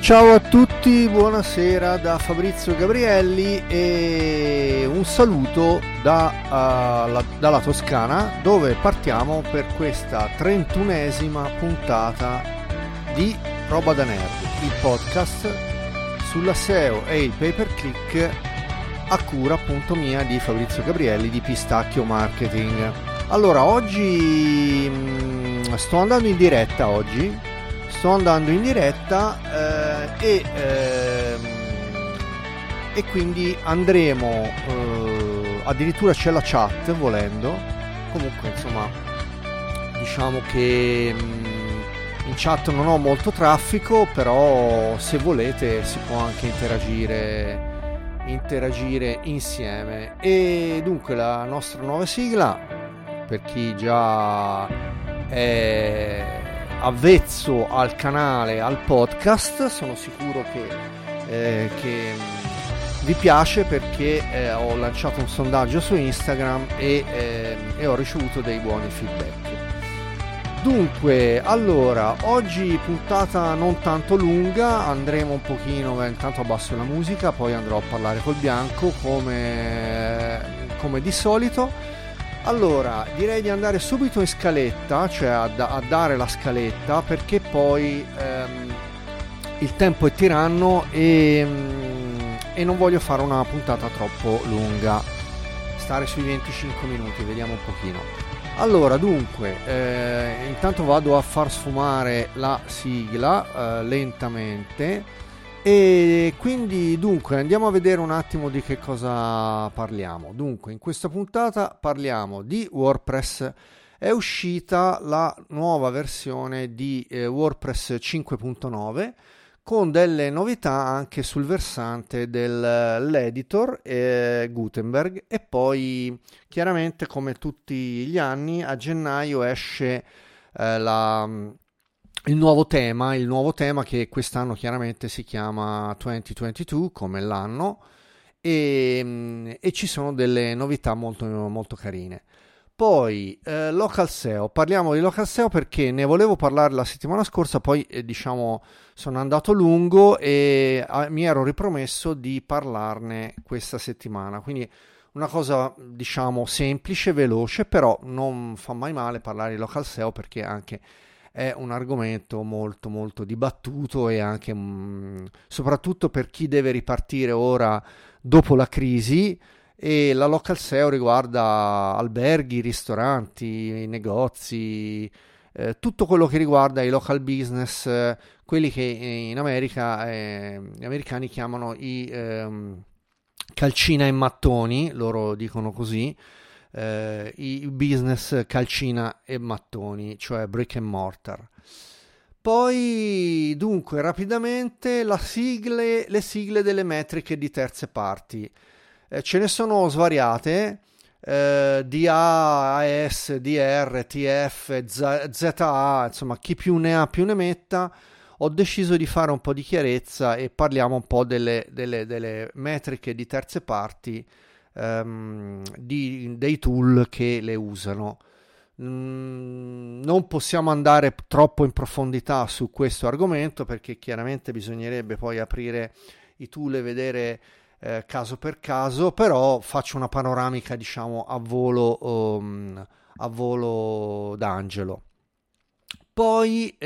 Ciao a tutti, buonasera da Fabrizio Gabrielli e un saluto dalla Toscana, dove partiamo per questa 31esima puntata di Roba da Nerd, il podcast sulla SEO e il pay per click a cura appunto mia di Fabrizio Gabrielli di Pistacchio Marketing. Allora, oggi sto andando in diretta e quindi andremo addirittura c'è la chat volendo. Comunque insomma, diciamo che in chat non ho molto traffico, però se volete si può anche interagire insieme. E dunque la nostra nuova sigla, per chi già è avvezzo al canale, al podcast, sono sicuro che vi piace, perché ho lanciato un sondaggio su Instagram e ho ricevuto dei buoni feedback. Dunque, allora, oggi puntata non tanto lunga, andremo un pochino, intanto abbasso la musica, poi andrò a parlare col Bianco come di solito. Allora, direi di andare subito in scaletta, cioè a dare la scaletta, perché poi il tempo è tiranno e non voglio fare una puntata troppo lunga, stare sui 25 minuti, vediamo un pochino. Allora, dunque, intanto vado a far sfumare la sigla lentamente. E quindi dunque andiamo a vedere un attimo di che cosa parliamo. Dunque, in questa puntata parliamo di WordPress. È uscita la nuova versione di WordPress 5.9 con delle novità anche sul versante dell'editor Gutenberg, e poi chiaramente, come tutti gli anni, a gennaio esce il nuovo tema che quest'anno chiaramente si chiama 2022 come l'anno, e ci sono delle novità molto, molto carine. Poi Local SEO, parliamo di Local SEO perché ne volevo parlare la settimana scorsa, poi sono andato lungo e mi ero ripromesso di parlarne questa settimana, quindi una cosa semplice, veloce, però non fa mai male parlare di Local SEO, perché anche è un argomento molto molto dibattuto, e anche soprattutto per chi deve ripartire ora dopo la crisi. E la local SEO riguarda alberghi, ristoranti, negozi, tutto quello che riguarda i local business, quelli che in America gli americani chiamano i calcina e mattoni, loro dicono così. I business calcina e mattoni, cioè brick and mortar. Poi dunque rapidamente le sigle delle metriche di terze parti, ce ne sono svariate, DA, AS, DR, TF, ZA, insomma chi più ne ha più ne metta. Ho deciso di fare un po' di chiarezza e parliamo un po' delle metriche di terze parti, dei tool che le usano. Non possiamo andare troppo in profondità su questo argomento, perché chiaramente bisognerebbe poi aprire i tool e vedere caso per caso, però faccio una panoramica a volo d'angelo. Poi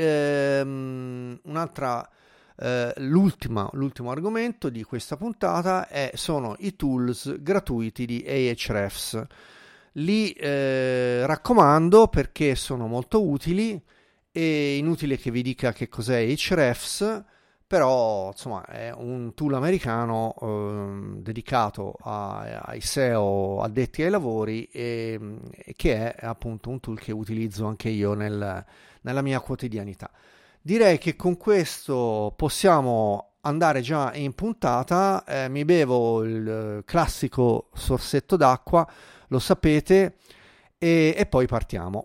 l'ultimo argomento di questa puntata sono i tools gratuiti di Ahrefs. Li raccomando perché sono molto utili. È inutile che vi dica che cos'è Ahrefs, però insomma è un tool americano dedicato ai SEO addetti ai lavori, e che è appunto un tool che utilizzo anche io nella mia quotidianità. Direi che con questo possiamo andare già in puntata. Mi bevo il classico sorsetto d'acqua, lo sapete, e poi partiamo.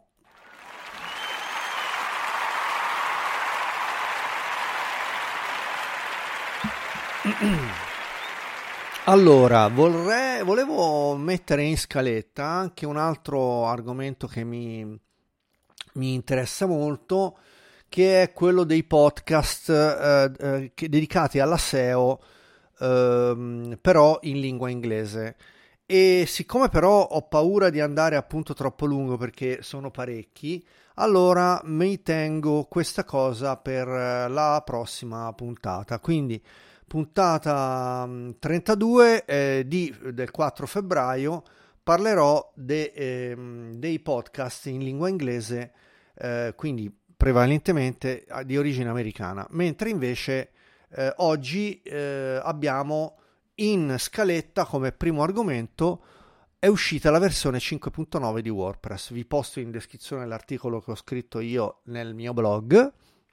Allora, volevo mettere in scaletta anche un altro argomento che mi interessa molto, che è quello dei podcast dedicati alla SEO, però in lingua inglese. E siccome però ho paura di andare appunto troppo lungo perché sono parecchi, allora mi tengo questa cosa per la prossima puntata. Quindi puntata 32 del 4 febbraio parlerò dei podcast in lingua inglese, quindi prevalentemente di origine americana, mentre invece oggi abbiamo in scaletta come primo argomento è uscita la versione 5.9 di WordPress. Vi posto in descrizione l'articolo che ho scritto io nel mio blog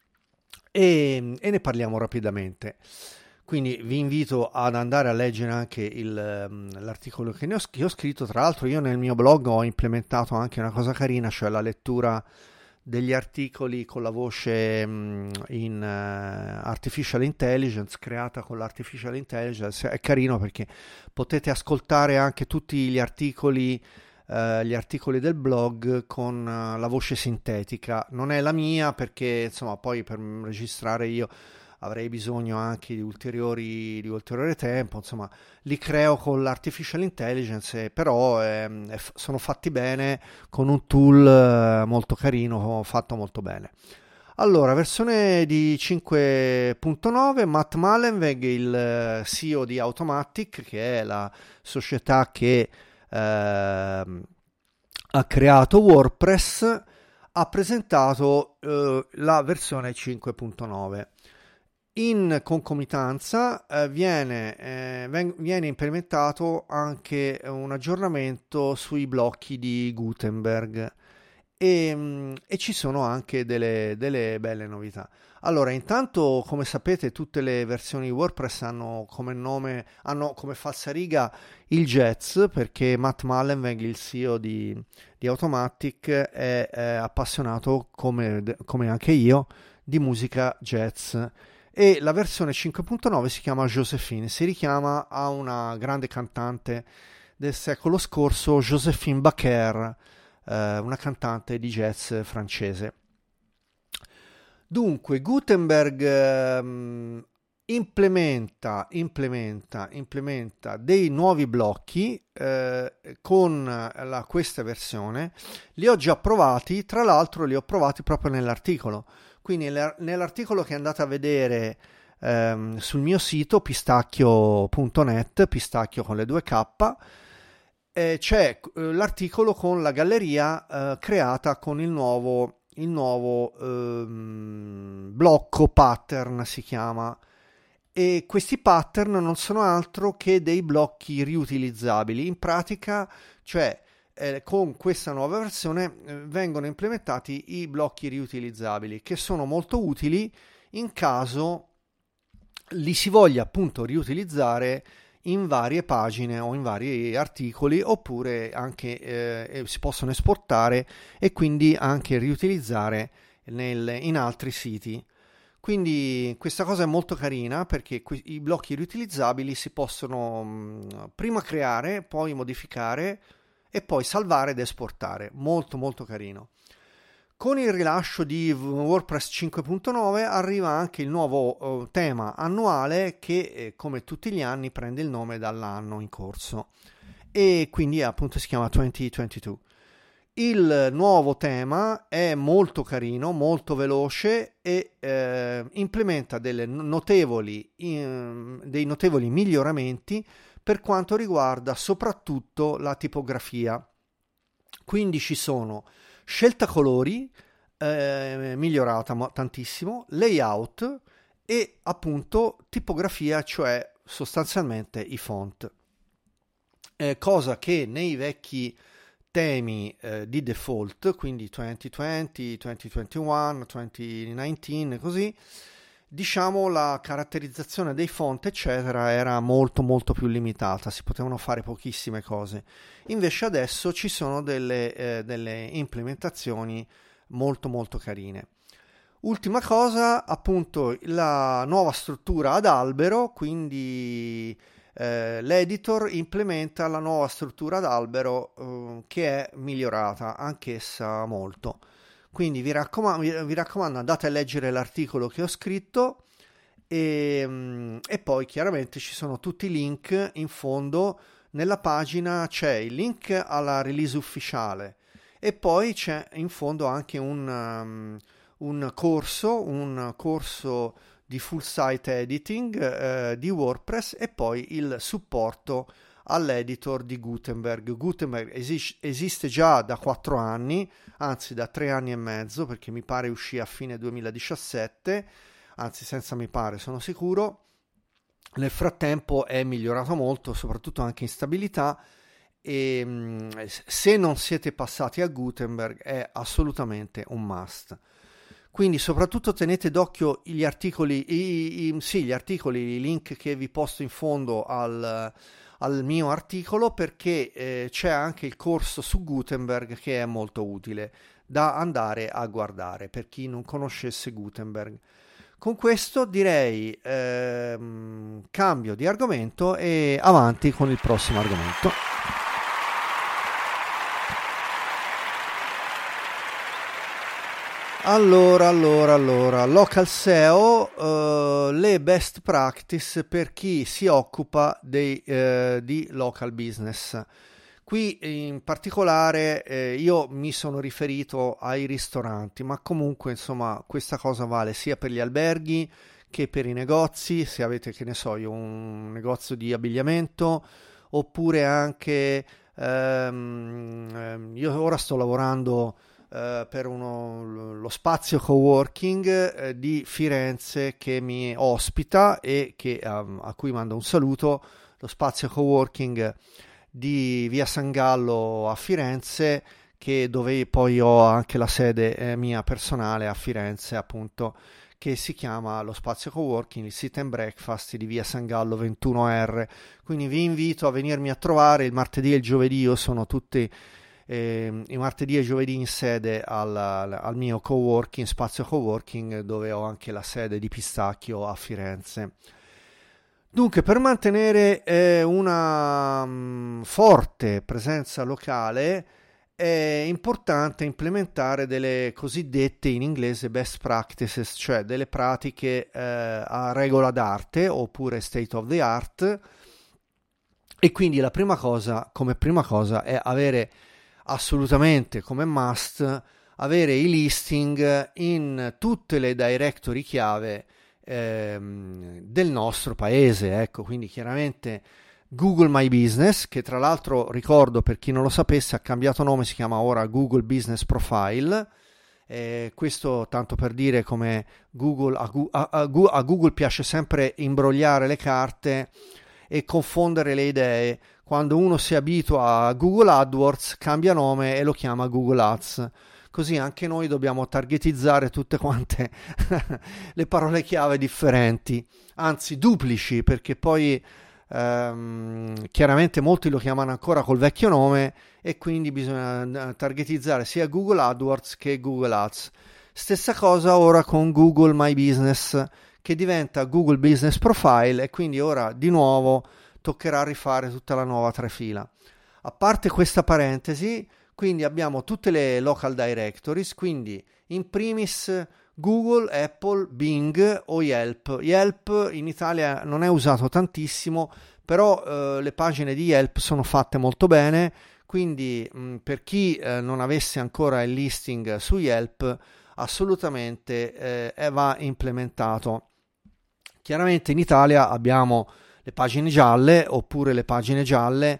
e ne parliamo rapidamente. Quindi vi invito ad andare a leggere anche l'articolo che ho scritto. Tra l'altro io nel mio blog ho implementato anche una cosa carina, cioè la lettura degli articoli con la voce in artificial intelligence, creata con l'artificial intelligence. È carino perché potete ascoltare anche tutti gli articoli del blog con la voce sintetica. Non è la mia perché insomma poi per registrare io avrei bisogno anche di ulteriore tempo, insomma li creo con l'artificial intelligence, però sono fatti bene con un tool molto carino, fatto molto bene. Allora, versione di 5.9, Matt Mullenweg, il CEO di Automattic, che è la società che ha creato WordPress, ha presentato la versione 5.9. In concomitanza viene implementato anche un aggiornamento sui blocchi di Gutenberg e ci sono anche delle belle novità. Allora, intanto, come sapete, tutte le versioni WordPress hanno come falsariga il jazz, perché Matt Mullenweg, il CEO di Automattic, è appassionato, come anche io, di musica jazz. E la versione 5.9 si chiama Joséphine, si richiama a una grande cantante del secolo scorso, Joséphine Baker, una cantante di jazz francese. Dunque, Gutenberg implementa dei nuovi blocchi con questa versione. Li ho già provati, tra l'altro li ho provati proprio nell'articolo. Quindi nell'articolo che andate a vedere sul mio sito pistacchio.net, pistacchio con le 2K, c'è l'articolo con la galleria creata con il nuovo blocco pattern, si chiama. E questi pattern non sono altro che dei blocchi riutilizzabili. In pratica, cioè con questa nuova versione vengono implementati i blocchi riutilizzabili, che sono molto utili in caso li si voglia appunto riutilizzare in varie pagine o in vari articoli, oppure anche si possono esportare e quindi anche riutilizzare in altri siti. Quindi questa cosa è molto carina perché i blocchi riutilizzabili si possono prima creare, poi modificare e poi salvare ed esportare. Molto molto carino. Con il rilascio di WordPress 5.9 arriva anche il nuovo tema annuale che come tutti gli anni prende il nome dall'anno in corso e quindi appunto si chiama 2022. Il nuovo tema è molto carino, molto veloce e implementa dei notevoli miglioramenti per quanto riguarda soprattutto la tipografia. Quindi ci sono scelta colori migliorata tantissimo, layout e appunto tipografia, cioè sostanzialmente i font, cosa che nei vecchi temi di default, quindi 2020, 2021, 2019, così, diciamo la caratterizzazione dei font eccetera era molto molto più limitata, si potevano fare pochissime cose. Invece adesso ci sono delle implementazioni molto molto carine. Ultima cosa, appunto, la nuova struttura ad albero, quindi l'editor implementa la nuova struttura ad albero che è migliorata anch'essa molto. Quindi vi raccomando, andate a leggere l'articolo che ho scritto e poi chiaramente ci sono tutti i link in fondo. Nella pagina c'è il link alla release ufficiale e poi c'è in fondo anche un corso di full site editing di WordPress e poi il supporto all'editor di Gutenberg. Gutenberg esiste già da 4 anni, anzi da 3 anni e mezzo, perché mi pare uscì a fine 2017, anzi senza mi pare, sono sicuro. Nel frattempo è migliorato molto, soprattutto anche in stabilità, e se non siete passati a Gutenberg è assolutamente un must. Quindi soprattutto tenete d'occhio gli articoli, i link che vi posto in fondo al mio articolo, perché c'è anche il corso su Gutenberg che è molto utile da andare a guardare per chi non conoscesse Gutenberg. Con questo direi cambio di argomento e avanti con il prossimo argomento. Allora, Local SEO, le best practice per chi si occupa di local business. Qui in particolare io mi sono riferito ai ristoranti, ma comunque insomma questa cosa vale sia per gli alberghi che per i negozi, se avete, che ne so io, un negozio di abbigliamento, oppure anche io ora sto lavorando per lo spazio coworking di Firenze che mi ospita e a cui mando un saluto, lo spazio coworking di Via San Gallo a Firenze, dove poi ho anche la sede mia personale a Firenze, appunto, che si chiama lo spazio coworking, il sit and breakfast di Via San Gallo 21R. Quindi vi invito a venirmi a trovare il martedì e il giovedì. Io sono tutti i martedì e giovedì in sede al mio coworking, spazio coworking, dove ho anche la sede di Pistacchio a Firenze. Dunque, per mantenere una forte presenza locale è importante implementare delle cosiddette, in inglese, best practices, cioè delle pratiche a regola d'arte oppure state of the art. E quindi la prima cosa è avere assolutamente, come must, avere i listing in tutte le directory chiave del nostro paese. Ecco, quindi chiaramente Google My Business, che tra l'altro, ricordo per chi non lo sapesse, ha cambiato nome, si chiama ora Google Business Profile. Questo tanto per dire come Google, a Google piace sempre imbrogliare le carte e confondere le idee. Quando uno si abitua a Google AdWords cambia nome e lo chiama Google Ads. Così anche noi dobbiamo targetizzare tutte quante le parole chiave differenti, anzi duplici, perché poi chiaramente molti lo chiamano ancora col vecchio nome e quindi bisogna targetizzare sia Google AdWords che Google Ads. Stessa cosa ora con Google My Business, che diventa Google Business Profile, e quindi ora di nuovo toccherà rifare tutta la nuova trafila. A parte questa parentesi, quindi abbiamo tutte le local directories, quindi in primis Google, Apple, Bing o Yelp. Yelp in Italia non è usato tantissimo, però le pagine di Yelp sono fatte molto bene, quindi per chi non avesse ancora il listing su Yelp, assolutamente va implementato. Chiaramente in Italia abbiamo le pagine gialle, oppure le pagine gialle.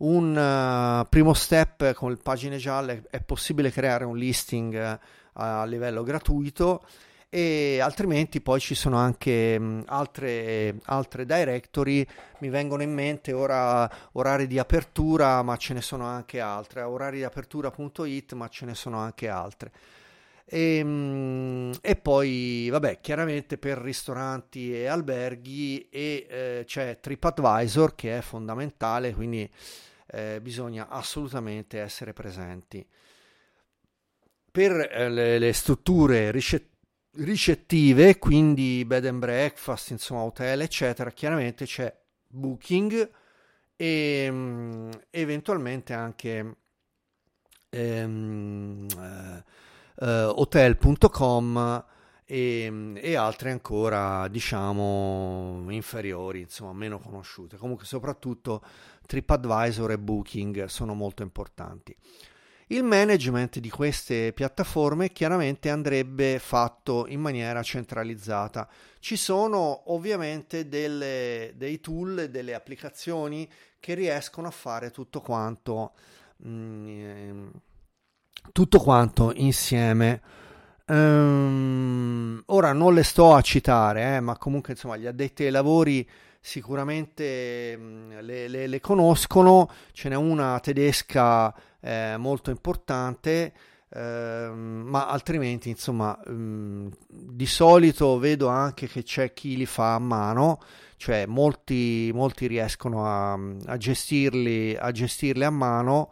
Un primo step con le pagine gialle è possibile creare un listing a livello gratuito, e altrimenti poi ci sono anche altre directory. Mi vengono in mente ora orari di apertura, ma ce ne sono anche altre, orari di apertura.it, ma ce ne sono anche altre. E poi vabbè, chiaramente per ristoranti e alberghi c'è TripAdvisor, che è fondamentale, quindi bisogna assolutamente essere presenti. Per le strutture ricettive, quindi bed and breakfast, insomma hotel eccetera, chiaramente c'è Booking e eventualmente anche hotel.com e altre ancora, diciamo, inferiori, insomma, meno conosciute. Comunque, soprattutto TripAdvisor e Booking sono molto importanti. Il management di queste piattaforme chiaramente andrebbe fatto in maniera centralizzata. Ci sono ovviamente dei tool e delle applicazioni che riescono a fare tutto quanto insieme. Ora non le sto a citare, ma comunque insomma gli addetti ai lavori sicuramente le conoscono. Ce n'è una tedesca molto importante, ma altrimenti insomma di solito vedo anche che c'è chi li fa a mano, cioè molti riescono a gestirli a mano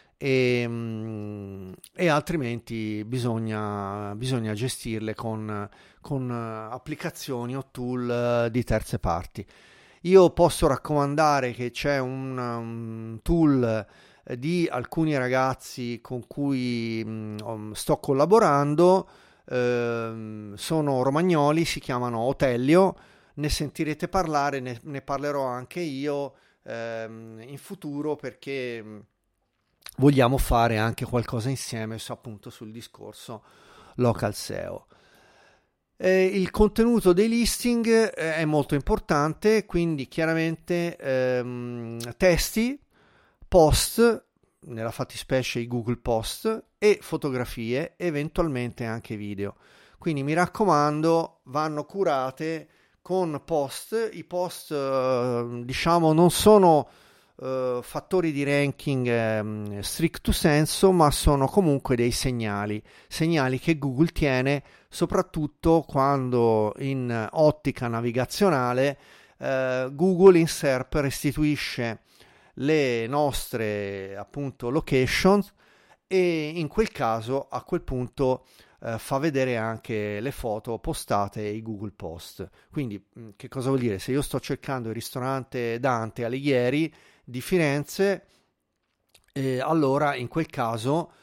e altrimenti bisogna gestirle con applicazioni o tool di terze parti. Io posso raccomandare che c'è un tool di alcuni ragazzi con cui sto collaborando, sono romagnoli, si chiamano Otellio, ne sentirete parlare, ne parlerò anche io in futuro, perché vogliamo fare anche qualcosa insieme appunto sul discorso local SEO. Il contenuto dei listing è molto importante, quindi chiaramente testi, post, nella fattispecie i Google Post, e fotografie, eventualmente anche video. Quindi mi raccomando, vanno curate con post. I post diciamo non sono fattori di ranking stricto senso, ma sono comunque dei segnali che Google tiene soprattutto quando in ottica navigazionale Google in SERP restituisce le nostre appunto locations, e in quel caso a quel punto fa vedere anche le foto postate ai Google Post. Quindi che cosa vuol dire? Se io sto cercando il ristorante Dante Alighieri di Firenze, allora in quel caso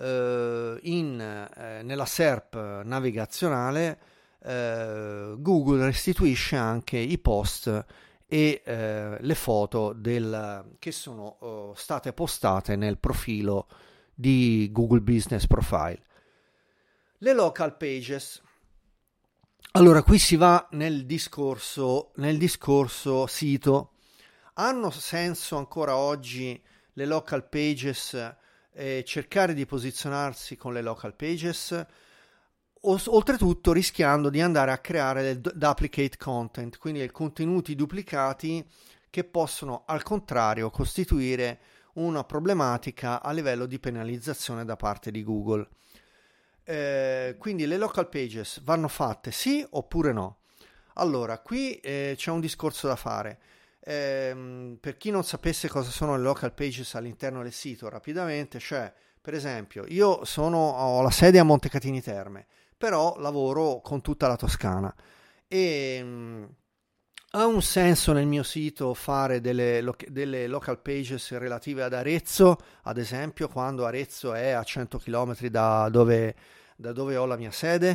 nella SERP navigazionale Google restituisce anche i post e le foto che sono state postate nel profilo di Google Business Profile. Le local pages. Allora, qui si va nel discorso sito. Hanno senso ancora oggi le local pages, cercare di posizionarsi con le local pages, oltretutto rischiando di andare a creare del duplicate content, quindi dei contenuti duplicati che possono al contrario costituire una problematica a livello di penalizzazione da parte di Google. Quindi le local pages vanno fatte sì oppure no? Allora, qui c'è un discorso da fare. Per chi non sapesse cosa sono le local pages all'interno del sito, rapidamente, cioè, per esempio, io ho la sede a Montecatini Terme, però lavoro con tutta la Toscana e ha un senso nel mio sito fare delle local pages relative ad Arezzo, ad esempio, quando Arezzo è a 100 km da dove ho la mia sede?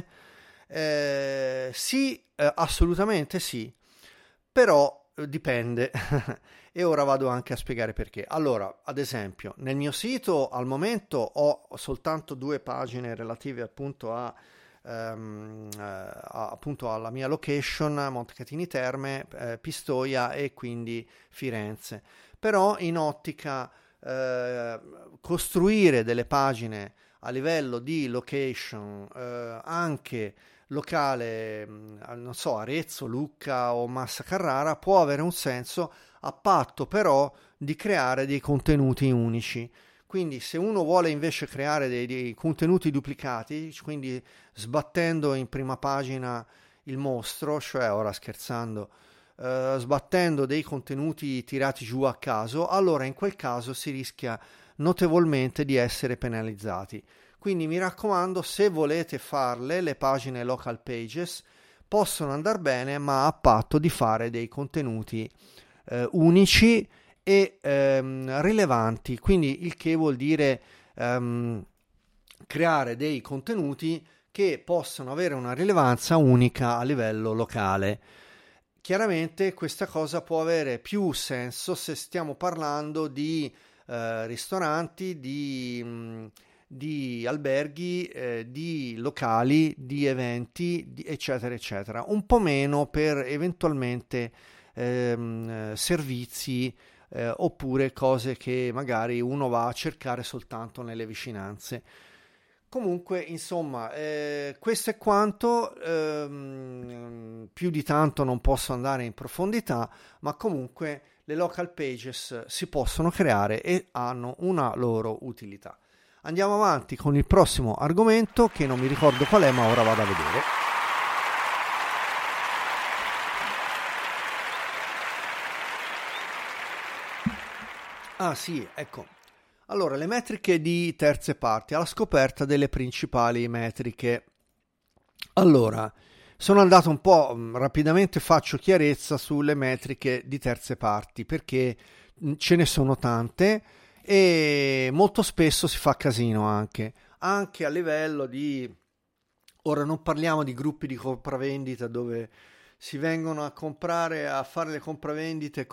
Sì, assolutamente sì, però dipende e ora vado anche a spiegare perché. Allora, ad esempio, nel mio sito al momento ho soltanto 2 pagine relative appunto appunto alla mia location, Montecatini Terme, Pistoia e quindi Firenze. Però in ottica costruire delle pagine a livello di location anche locale, non so, Arezzo, Lucca o Massa Carrara, può avere un senso, a patto però di creare dei contenuti unici. Quindi se uno vuole invece creare dei contenuti duplicati, quindi sbattendo in prima pagina il mostro, cioè, ora scherzando, sbattendo dei contenuti tirati giù a caso, allora in quel caso si rischia notevolmente di essere penalizzati. Quindi mi raccomando, se volete farle, le pagine local pages possono andare bene, ma a patto di fare dei contenuti unici e rilevanti, quindi il che vuol dire creare dei contenuti che possano avere una rilevanza unica a livello locale. Chiaramente questa cosa può avere più senso se stiamo parlando di ristoranti, di alberghi, di locali, di eventi, eccetera, eccetera. Un po' meno per eventualmente servizi oppure cose che magari uno va a cercare soltanto nelle vicinanze. Comunque, insomma, questo è quanto, più di tanto non posso andare in profondità, ma comunque le local pages si possono creare e hanno una loro utilità. Andiamo avanti con il prossimo argomento che non mi ricordo qual è, ma ora vado a vedere. Ah sì, ecco. Allora, le metriche di terze parti, alla scoperta delle principali metriche. Allora, sono andato un po' rapidamente, faccio chiarezza sulle metriche di terze parti perché ce ne sono tante e molto spesso si fa casino anche a livello di... Ora non parliamo di gruppi di compravendita dove si vengono a comprare, a fare le compravendite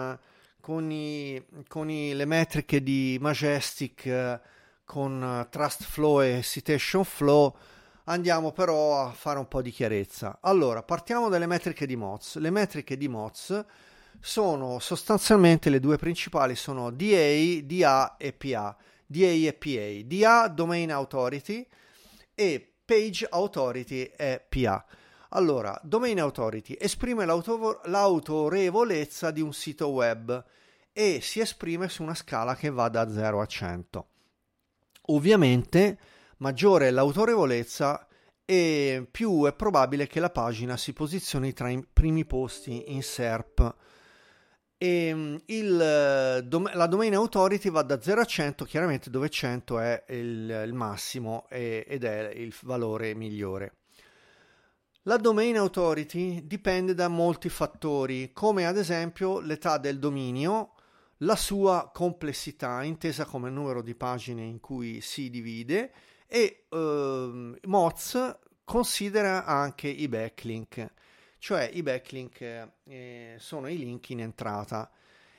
con le metriche di Majestic, con Trust Flow e Citation Flow. Andiamo però a fare un po' di chiarezza. Allora, partiamo dalle metriche di Moz. Le metriche di Moz sono sostanzialmente le due principali, sono DA, DA e PA. DA e PA. DA, Domain Authority, e Page Authority è PA. Allora, Domain Authority esprime l'autorevolezza di un sito web e si esprime su una scala che va da 0 a 100. Ovviamente, maggiore è l'autorevolezza e più è probabile che la pagina si posizioni tra i primi posti in SERP. E la Domain Authority va da 0 a 100, chiaramente dove 100 è il massimo ed è il valore migliore. La Domain Authority dipende da molti fattori, come ad esempio l'età del dominio, la sua complessità, intesa come numero di pagine in cui si divide, e Moz considera anche i backlink, cioè i backlink sono i link in entrata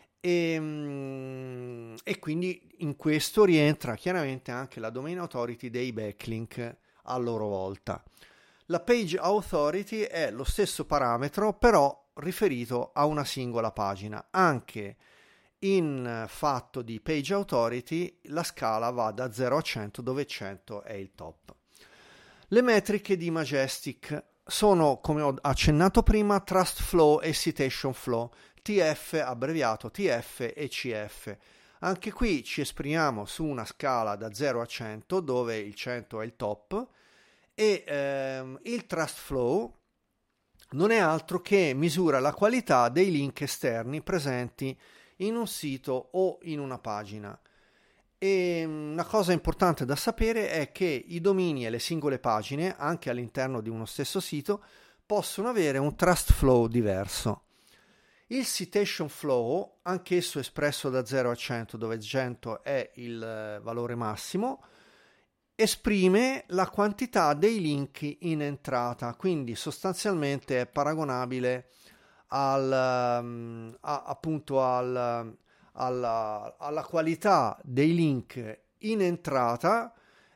e quindi in questo rientra chiaramente anche la Domain Authority dei backlink a loro volta. La Page Authority è lo stesso parametro però riferito a una singola pagina. Anche in fatto di Page Authority la scala va da 0 a 100 dove 100 è il top. Le metriche di Majestic sono, come ho accennato prima, Trust Flow e Citation Flow, TF abbreviato TF e CF. Anche qui ci esprimiamo su una scala da 0 a 100 dove il 100 è il top e il Trust Flow non è altro che misura la qualità dei link esterni presenti in un sito o in una pagina. E una cosa importante da sapere è che i domini e le singole pagine, anche all'interno di uno stesso sito, possono avere un trust flow diverso. Il citation flow, anch'esso espresso da 0 a 100, dove 100 è il valore massimo, esprime la quantità dei link in entrata, quindi sostanzialmente è paragonabile appunto alla qualità dei link in entrata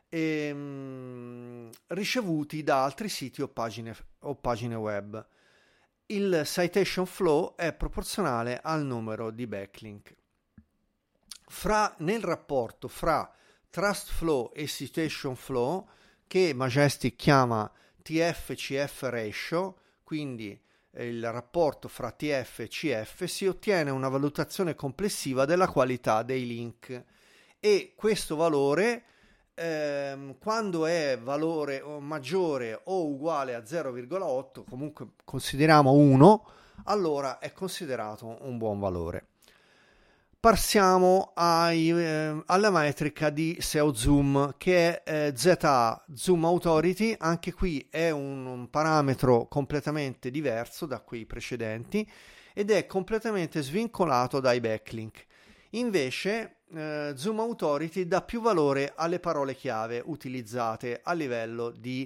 ricevuti da altri siti o pagine web. Il citation flow è proporzionale al numero di backlink. Nel rapporto fra trust flow e citation flow, che Majestic chiama TF-CF ratio, quindi il rapporto fra TF e CF, si ottiene una valutazione complessiva della qualità dei link e questo valore quando è valore maggiore o uguale a 0,8, comunque consideriamo 1, allora è considerato un buon valore. Passiamo alla metrica di SEO Zoom, che è ZA, Zoom Authority. Anche qui è un parametro completamente diverso da quei precedenti ed è completamente svincolato dai backlink. Invece Zoom Authority dà più valore alle parole chiave utilizzate a livello di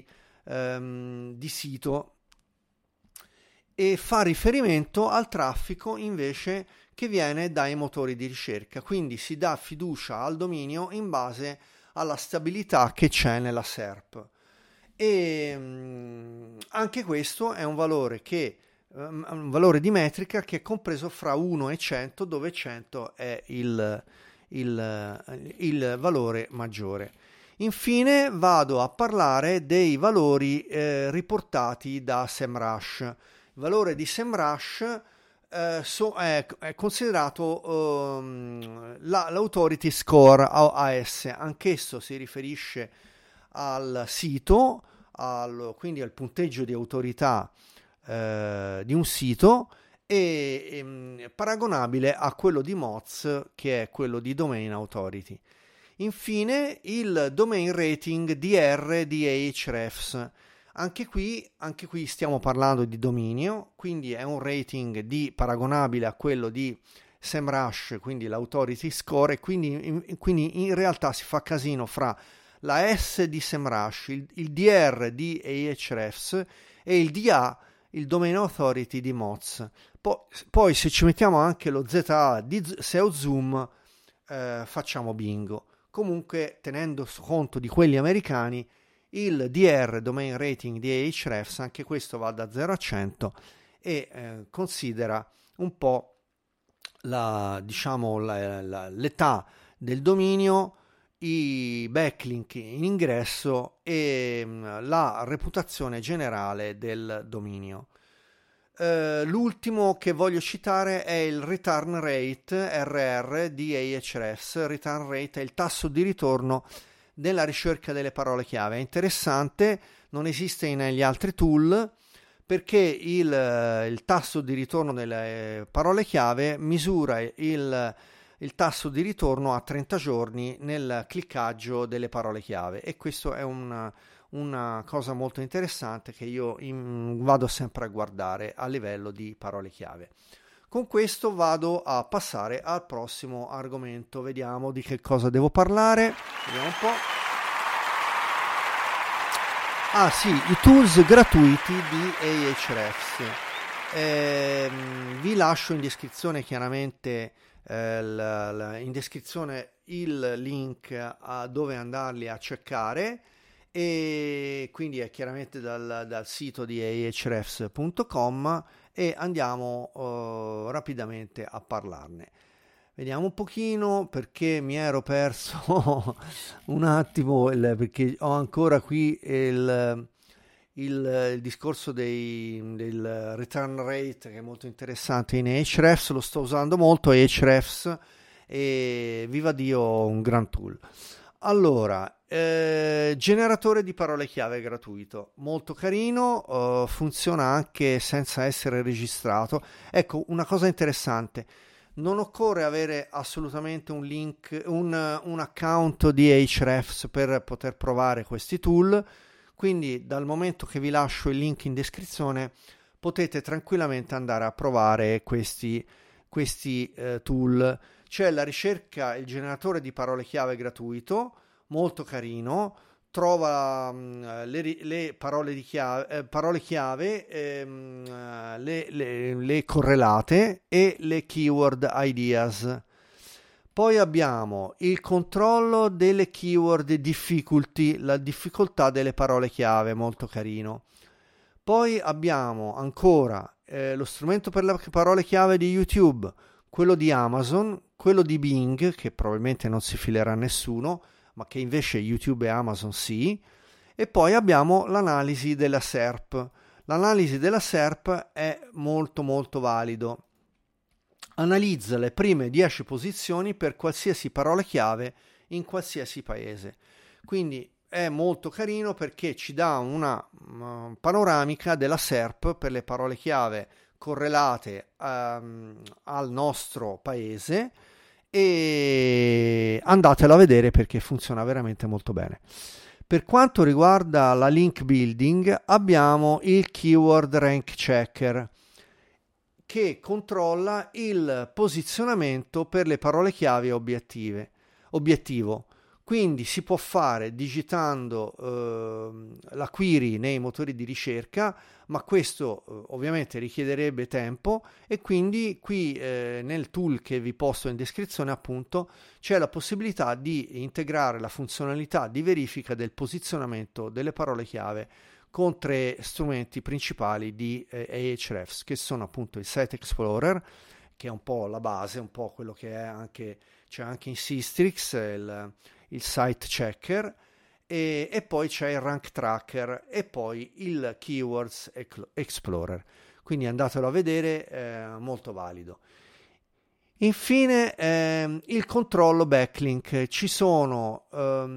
sito e fa riferimento al traffico invece che viene dai motori di ricerca, quindi si dà fiducia al dominio in base alla stabilità che c'è nella SERP. E anche questo è un valore di metrica che è compreso fra 1 e 100, dove 100 è il valore maggiore. Infine vado a parlare dei valori riportati da SEMrush. Il valore di SEMrush è considerato l'Authority Score AS, anch'esso si riferisce al sito, quindi al punteggio di autorità di un sito, e paragonabile a quello di Moz, che è quello di Domain Authority. Infine il Domain Rating DR di Ahrefs. Anche qui stiamo parlando di dominio, quindi è un rating paragonabile a quello di SEMrush, quindi l'Authority Score, e quindi in realtà si fa casino fra la S di SEMrush, il DR di Ahrefs e il DA, il Domain Authority di Moz. Poi se ci mettiamo anche lo ZA di SEO Zoom, facciamo bingo. Comunque, tenendo conto di quelli americani, il DR Domain Rating di Ahrefs, anche questo va da 0 a 100 e considera un po' l'età del dominio, i backlink in ingresso e la reputazione generale del dominio. L'ultimo che voglio citare è il return rate RR di Ahrefs. Return rate è il tasso di ritorno nella ricerca delle parole chiave. È interessante, non esiste negli altri tool, perché il tasso di ritorno delle parole chiave misura il tasso di ritorno a 30 giorni nel cliccaggio delle parole chiave, e questo è una cosa molto interessante che io vado sempre a guardare a livello di parole chiave. Con questo vado a passare al prossimo argomento. Vediamo di che cosa devo parlare. Vediamo un po'. Ah sì, i tools gratuiti di Ahrefs. Vi lascio in descrizione chiaramente in descrizione il link a dove andarli a cercare, e quindi è chiaramente dal sito di ahrefs.com, e andiamo rapidamente a parlarne. Vediamo un pochino, perché mi ero perso un attimo, perché ho ancora qui il discorso del return rate, che è molto interessante in Ahrefs, lo sto usando molto Ahrefs, e viva Dio, un gran tool. Allora, generatore di parole chiave gratuito, molto carino, funziona anche senza essere registrato. Ecco, una cosa interessante: non occorre avere assolutamente un link, un account di Ahrefs per poter provare questi tool, quindi dal momento che vi lascio il link in descrizione potete tranquillamente andare a provare questi tool. C'è la ricerca, il generatore di parole chiave gratuito, molto carino, trova le parole chiave, le correlate e le keyword ideas. Poi abbiamo il controllo delle keyword difficulty, la difficoltà delle parole chiave, molto carino. Poi abbiamo ancora lo strumento per le parole chiave di YouTube, quello di Amazon, quello di Bing, che probabilmente non si filerà nessuno, ma che invece YouTube e Amazon sì. E poi abbiamo l'analisi della SERP. L'analisi della SERP è molto molto valido. Analizza le prime 10 posizioni per qualsiasi parola chiave in qualsiasi paese. Quindi è molto carino, perché ci dà una panoramica della SERP per le parole chiave correlate al nostro paese, e andatelo a vedere perché funziona veramente molto bene. Per quanto riguarda la link building, abbiamo il Keyword Rank Checker, che controlla il posizionamento per le parole chiave obiettive. obiettivo. Quindi si può fare digitando la query nei motori di ricerca, ma questo ovviamente richiederebbe tempo, e quindi qui nel tool che vi posto in descrizione appunto c'è la possibilità di integrare la funzionalità di verifica del posizionamento delle parole chiave con 3 strumenti principali di Ahrefs, che sono appunto il Site Explorer, che è un po' la base, un po' quello che è anche, c'è anche in Sistrix, il Site Checker, e poi c'è il Rank Tracker e poi il Keywords Explorer. Quindi andatelo a vedere, molto valido. Infine il controllo backlink. Ci sono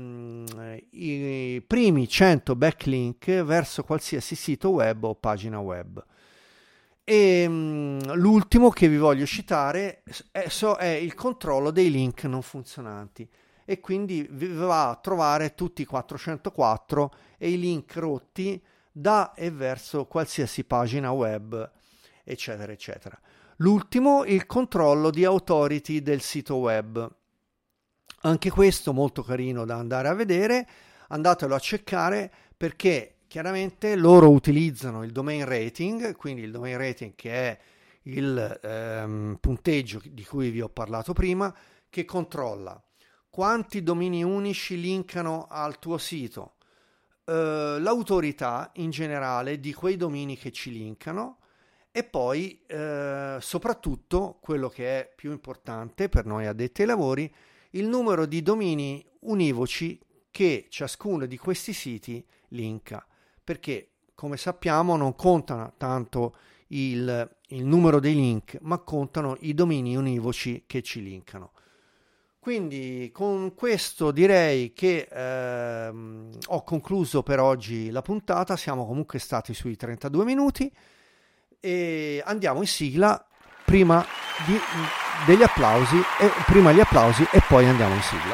i primi 100 backlink verso qualsiasi sito web o pagina web. E l'ultimo che vi voglio citare è il controllo dei link non funzionanti, e quindi vi va a trovare tutti i 404 e i link rotti da e verso qualsiasi pagina web, eccetera eccetera. L'ultimo, il controllo di authority del sito web. Anche questo molto carino da andare a vedere, andatelo a cercare, perché chiaramente loro utilizzano il domain rating, quindi il domain rating che è il punteggio di cui vi ho parlato prima, che controlla quanti domini unici linkano al tuo sito, l'autorità in generale di quei domini che ci linkano, e poi soprattutto quello che è più importante per noi addetti ai lavori, il numero di domini univoci che ciascuno di questi siti linka, perché come sappiamo non contano tanto il numero dei link, ma contano i domini univoci che ci linkano. Quindi con questo direi che ho concluso per oggi la puntata. Siamo comunque stati sui 32 minuti e andiamo in sigla prima degli applausi, prima gli applausi e poi andiamo in sigla.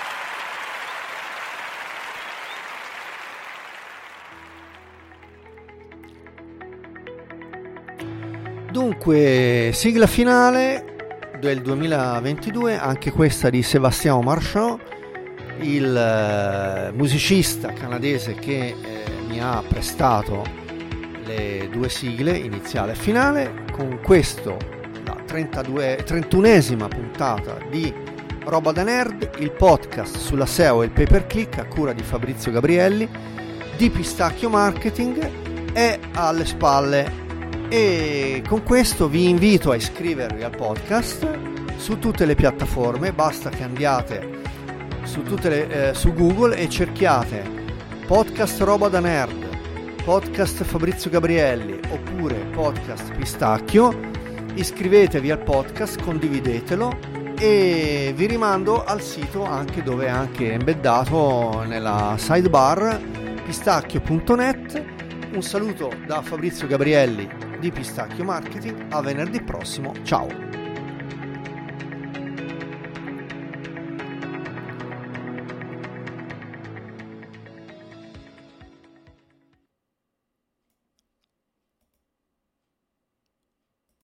Dunque, sigla finale del 2022, anche questa di Sébastien Marchand, il musicista canadese che mi ha prestato le 2 sigle, iniziale e finale. Con questo la 31esima puntata di Roba da Nerd, il podcast sulla SEO e il pay per click a cura di Fabrizio Gabrielli di Pistacchio Marketing è alle spalle, e con questo vi invito a iscrivervi al podcast su tutte le piattaforme. Basta che andiate su Google e cerchiate podcast Roba da Nerd, podcast Fabrizio Gabrielli oppure podcast Pistacchio. Iscrivetevi al podcast, condividetelo, e vi rimando al sito anche dove è anche embeddato nella sidebar pistacchio.net. Un saluto da Fabrizio Gabrielli di Pistacchio Marketing, a venerdì prossimo, ciao!